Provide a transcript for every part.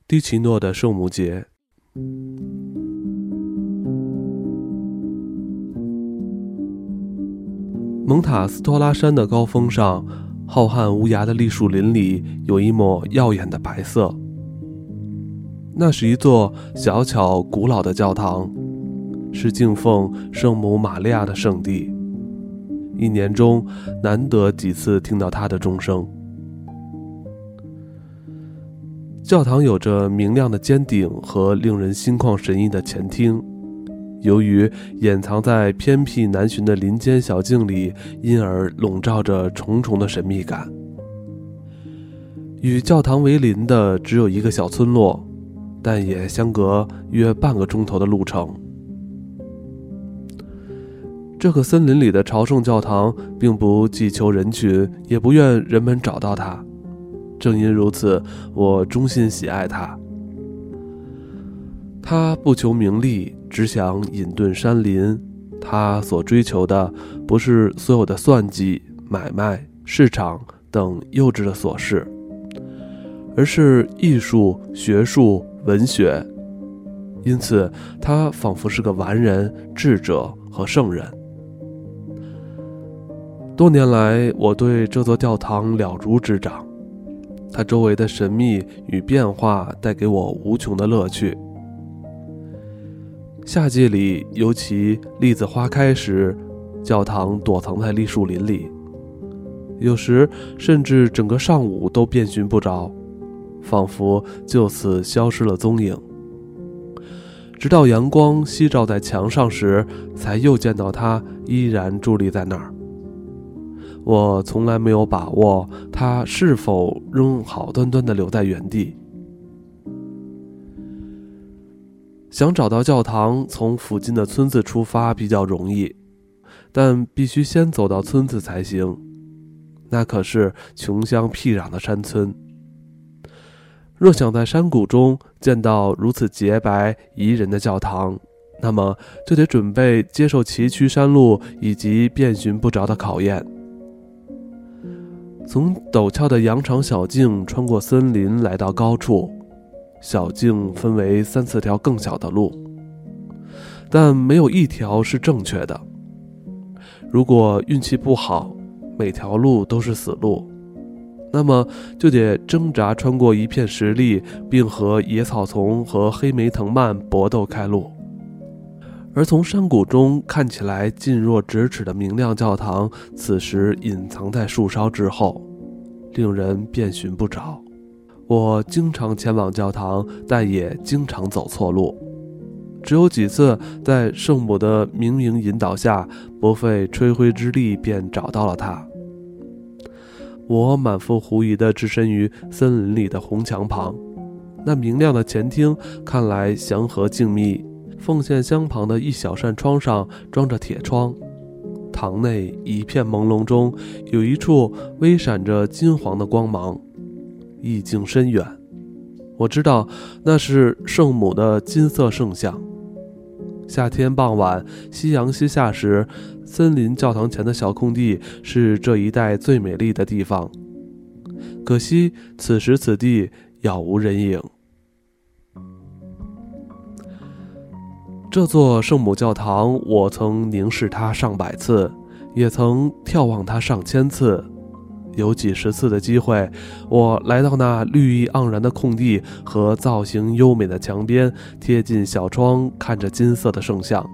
蒂奇诺的圣母节。蒙塔斯托拉山的高峰上，浩瀚无涯的栗树林里有一抹耀眼的白色。那是一座小巧古老的教堂，是敬奉圣母玛利亚的圣地。一年中难得几次听到她的钟声。教堂有着明亮的尖顶和令人心旷神怡的前厅，由于掩藏在偏僻难寻的林间小径里，因而笼罩着重重的神秘感。与教堂为邻的只有一个小村落，但也相隔约半个钟头的路程。这个森林里的朝圣教堂并不祈求人群，也不愿人们找到它。正因如此，我衷心喜爱它。他不求名利，只想隐遁山林。他所追求的不是所有的算计、买卖、市场等幼稚的琐事，而是艺术、学术、文学。因此，他仿佛是个完人、智者和圣人。多年来，我对这座教堂了如指掌。它周围的神秘与变化带给我无穷的乐趣。夏季里，尤其栗子花开时，教堂躲藏在栗树林里，有时甚至整个上午都遍寻不着，仿佛就此消失了踪影。直到阳光夕照在墙上时，才又见到它依然伫立在那儿。我从来没有把握它是否仍好端端地留在原地。想找到教堂，从附近的村子出发比较容易，但必须先走到村子才行。那可是穷乡僻壤的山村。若想在山谷中见到如此洁白宜人的教堂，那么就得准备接受崎岖山路以及遍寻不着的考验。从陡峭的羊肠小径穿过森林来到高处，小径分为3-4条更小的路，但没有一条是正确的。如果运气不好，每条路都是死路，那么就得挣扎穿过一片石砾，并和野草丛和黑莓藤蔓搏斗开路。而从山谷中看起来近若咫尺的明亮教堂，此时隐藏在树梢之后，令人遍寻不着。我经常前往教堂，但也经常走错路。只有几次在圣母的明明引导下，不费吹灰之力便找到了它。我满腹狐疑地置身于森林里的红墙旁，那明亮的前厅看来祥和静谧。奉献箱旁的一小扇窗上装着铁窗，堂内一片朦胧中有一处微闪着金黄的光芒，意境深远。我知道那是圣母的金色圣像。夏天傍晚，夕阳西下时，森林教堂前的小空地是这一带最美丽的地方。可惜此时此地杳无人影。这座圣母教堂，我曾凝视它上百次，也曾眺望它上千次。有几十次的机会，我来到那绿意盎然的空地和造型优美的墙边，贴近小窗看着金色的圣像。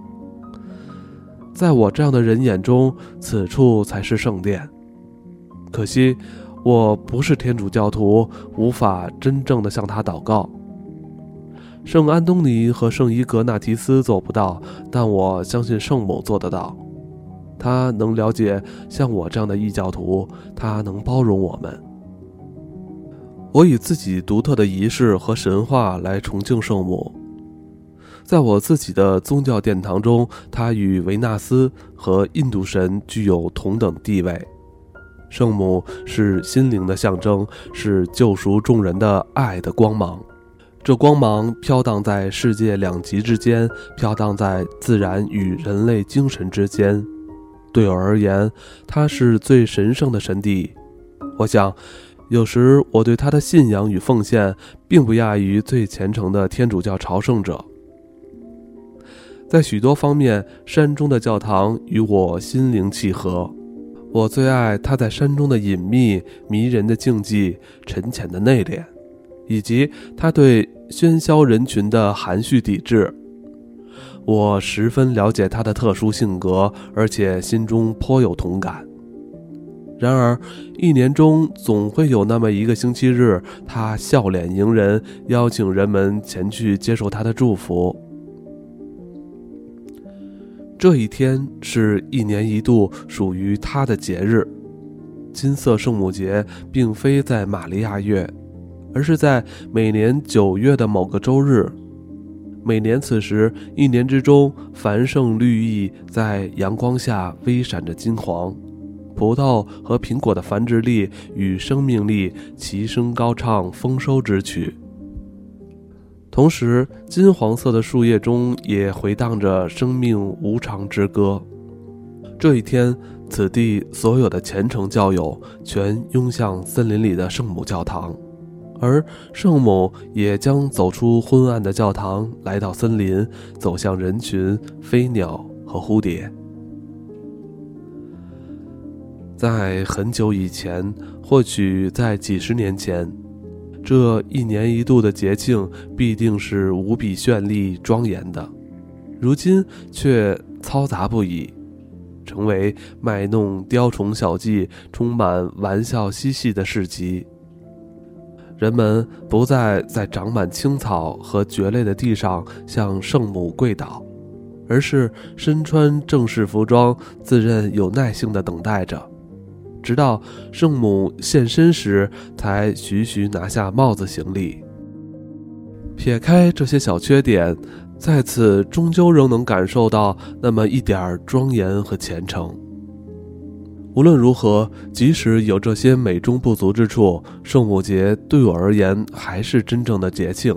在我这样的人眼中，此处才是圣殿。可惜我不是天主教徒，无法真正的向他祷告。圣安东尼和圣伊格纳提斯做不到，但我相信圣母做得到。他能了解像我这样的异教徒，他能包容我们。我以自己独特的仪式和神话来崇敬圣母。在我自己的宗教殿堂中，他与维纳斯和印度神具有同等地位。圣母是心灵的象征，是救赎众人的爱的光芒。这光芒飘荡在世界两极之间，飘荡在自然与人类精神之间。对我而言，它是最神圣的神地。我想， 有时我对他的信仰与奉献并不亚于最虔诚的天主教朝圣者。在许多方面，山中的教堂与我心灵契合。我最爱他在山中的隐秘迷人的静寂、沉潜的内敛，以及他对喧嚣人群的含蓄抵制。我十分了解他的特殊性格，而且心中颇有同感。然而，一年中总会有那么一个星期日，他笑脸迎人，邀请人们前去接受他的祝福。这一天是一年一度属于他的节日。金色圣母节并非在玛利亚月，而是在每年9月的某个周日。每年此时，一年之中繁盛绿意在阳光下微闪着金黄，葡萄和苹果的繁殖力与生命力齐声高唱丰收之曲。同时，金黄色的树叶中也回荡着生命无常之歌。这一天，此地所有的虔诚教友全涌向森林里的圣母教堂，而圣母也将走出昏暗的教堂，来到森林，走向人群、飞鸟和蝴蝶。在很久以前，或许在几十年前，这一年一度的节庆必定是无比绚丽庄严的，如今却嘈杂不已，成为卖弄雕虫小技、充满玩笑嬉戏的市集。人们不再在长满青草和蕨类的地上向圣母跪倒，而是身穿正式服装，自认有耐性地等待着，直到圣母现身时，才徐徐拿下帽子行礼。撇开这些小缺点，在此终究仍能感受到那么一点庄严和虔诚。无论如何，即使有这些美中不足之处，圣母节对我而言还是真正的节庆。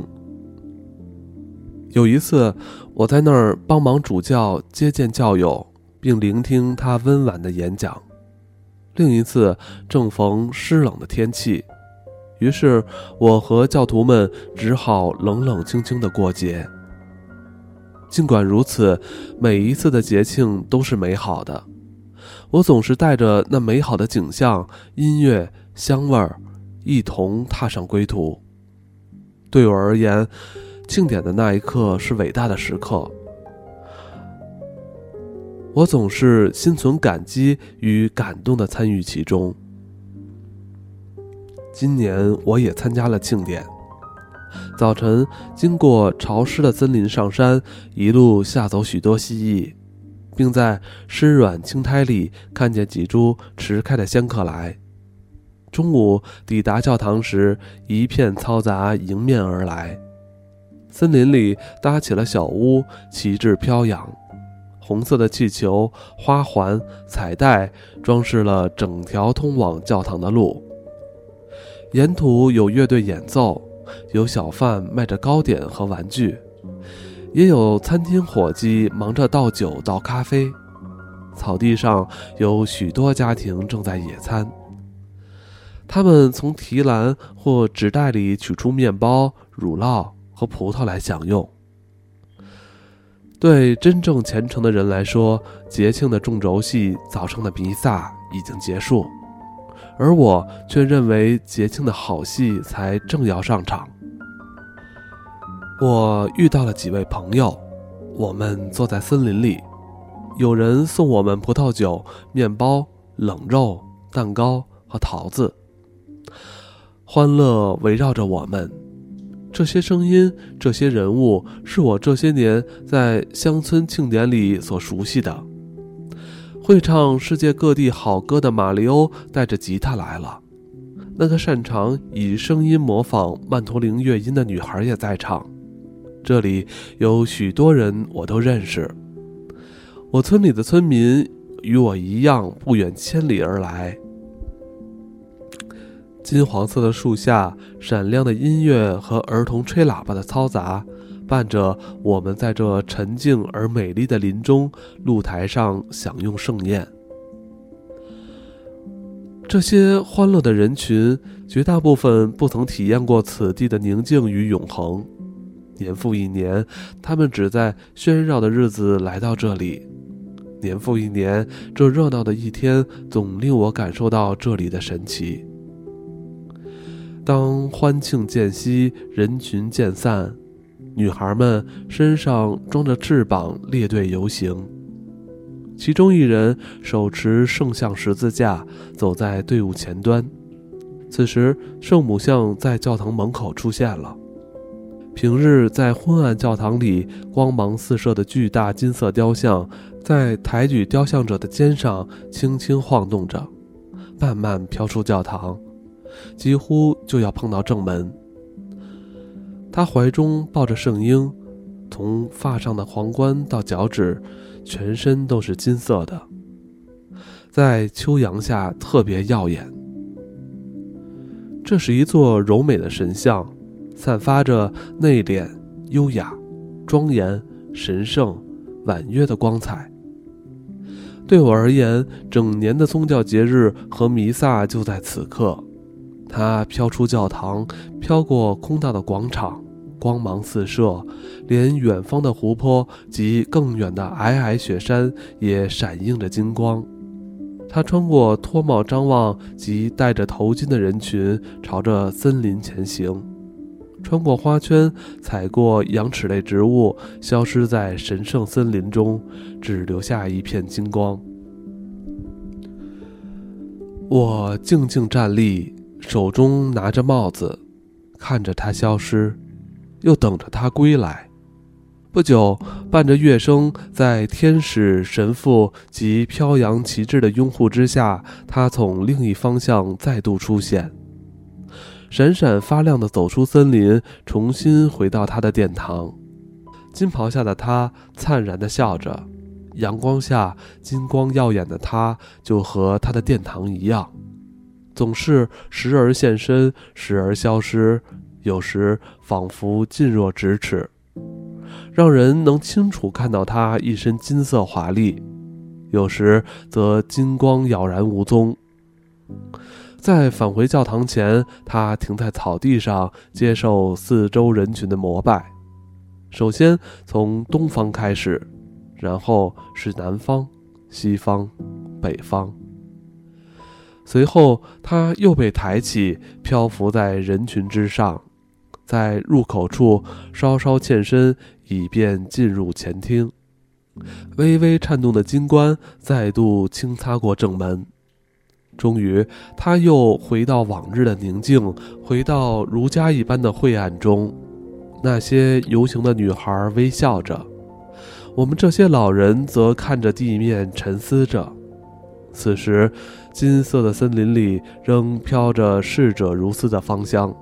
有一次，我在那儿帮忙主教接见教友，并聆听他温婉的演讲。另一次正逢湿冷的天气，于是我和教徒们只好冷冷清清地过节。尽管如此，每一次的节庆都是美好的，我总是带着那美好的景象、音乐、香味儿，一同踏上归途。对我而言，庆典的那一刻是伟大的时刻。我总是心存感激与感动地参与其中。今年我也参加了庆典。早晨经过潮湿的森林上山，一路下走许多蜥蜴，并在湿软青苔里看见几株迟开的仙客来。中午抵达教堂时，一片嘈杂迎面而来。森林里搭起了小屋，旗帜飘扬，红色的气球、花环、彩带装饰了整条通往教堂的路。沿途有乐队演奏，有小贩卖着糕点和玩具，也有餐厅伙计忙着倒酒倒咖啡。草地上有许多家庭正在野餐，他们从提篮或纸袋里取出面包、乳酪和葡萄来享用。对真正虔诚的人来说，节庆的重轴戏早上的弥撒已经结束，而我却认为节庆的好戏才正要上场。我遇到了几位朋友，我们坐在森林里，有人送我们葡萄酒、面包、冷肉、蛋糕和桃子，欢乐围绕着我们。这些声音，这些人物，是我这些年在乡村庆典里所熟悉的。会唱世界各地好歌的马里欧带着吉他来了，那个擅长以声音模仿曼陀林乐音的女孩也在场。这里有许多人我都认识，我村里的村民与我一样不远千里而来。金黄色的树下，闪亮的音乐和儿童吹喇叭的嘈杂，伴着我们在这沉静而美丽的林中露台上享用盛宴。 这些欢乐的人群，绝大部分不曾体验过此地的宁静与永恒。年复一年，他们只在喧绕的日子来到这里。年复一年，这热闹的一天总令我感受到这里的神奇。当欢庆渐息，人群渐散，女孩们身上装着翅膀，列队游行。其中一人手持圣像十字架，走在队伍前端。此时，圣母像在教堂门口出现了。平日在昏暗教堂里光芒四射的巨大金色雕像，在抬举雕像者的肩上轻轻晃动着，慢慢飘出教堂，几乎就要碰到正门。他怀中抱着圣婴，从发上的皇冠到脚趾，全身都是金色的，在秋阳下特别耀眼。这是一座柔美的神像，散发着内敛、优雅、庄严、神圣、婉约的光彩。对我而言，整年的宗教节日和弥撒就在此刻。它飘出教堂，飘过空大的广场，光芒四射，连远方的湖泊及更远的皑皑雪山也闪映着金光。他穿过脱帽张望及戴着头巾的人群，朝着森林前行，穿过花圈，踩过羊齿类植物，消失在神圣森林中，只留下一片金光。我静静站立，手中拿着帽子，看着他消失，又等着他归来。不久，伴着乐声，在天使、神父及飘扬旗帜的拥护之下，他从另一方向再度出现，闪闪发亮地走出森林，重新回到他的殿堂。金袍下的他灿然地笑着，阳光下金光耀眼的他就和他的殿堂一样，总是时而现身，时而消失，有时仿佛近若咫尺，让人能清楚看到他一身金色华丽，有时则金光杳然无踪。在返回教堂前，他停在草地上，接受四周人群的膜拜。首先从东方开始，然后是南方、西方、北方。随后他又被抬起，漂浮在人群之上，在入口处稍稍欠身，以便进入前厅。微微颤动的金冠再度轻擦过正门。终于，他又回到往日的宁静，回到儒家一般的晦暗中。那些游行的女孩微笑着，我们这些老人则看着地面沉思着。此时，金色的森林里仍飘着逝者如斯的芳香。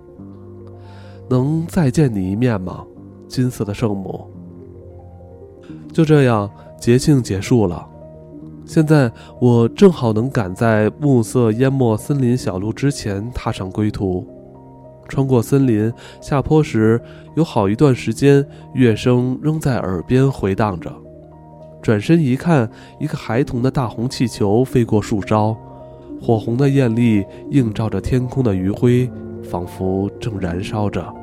能再见你一面吗，金色的圣母？就这样，节庆结束了。现在我正好能赶在暮色淹没森林小路之前踏上归途。穿过森林下坡时，有好一段时间乐声仍在耳边回荡着。转身一看，一个孩童的大红气球飞过树梢，火红的艳丽映照着天空的余晖，仿佛正燃烧着。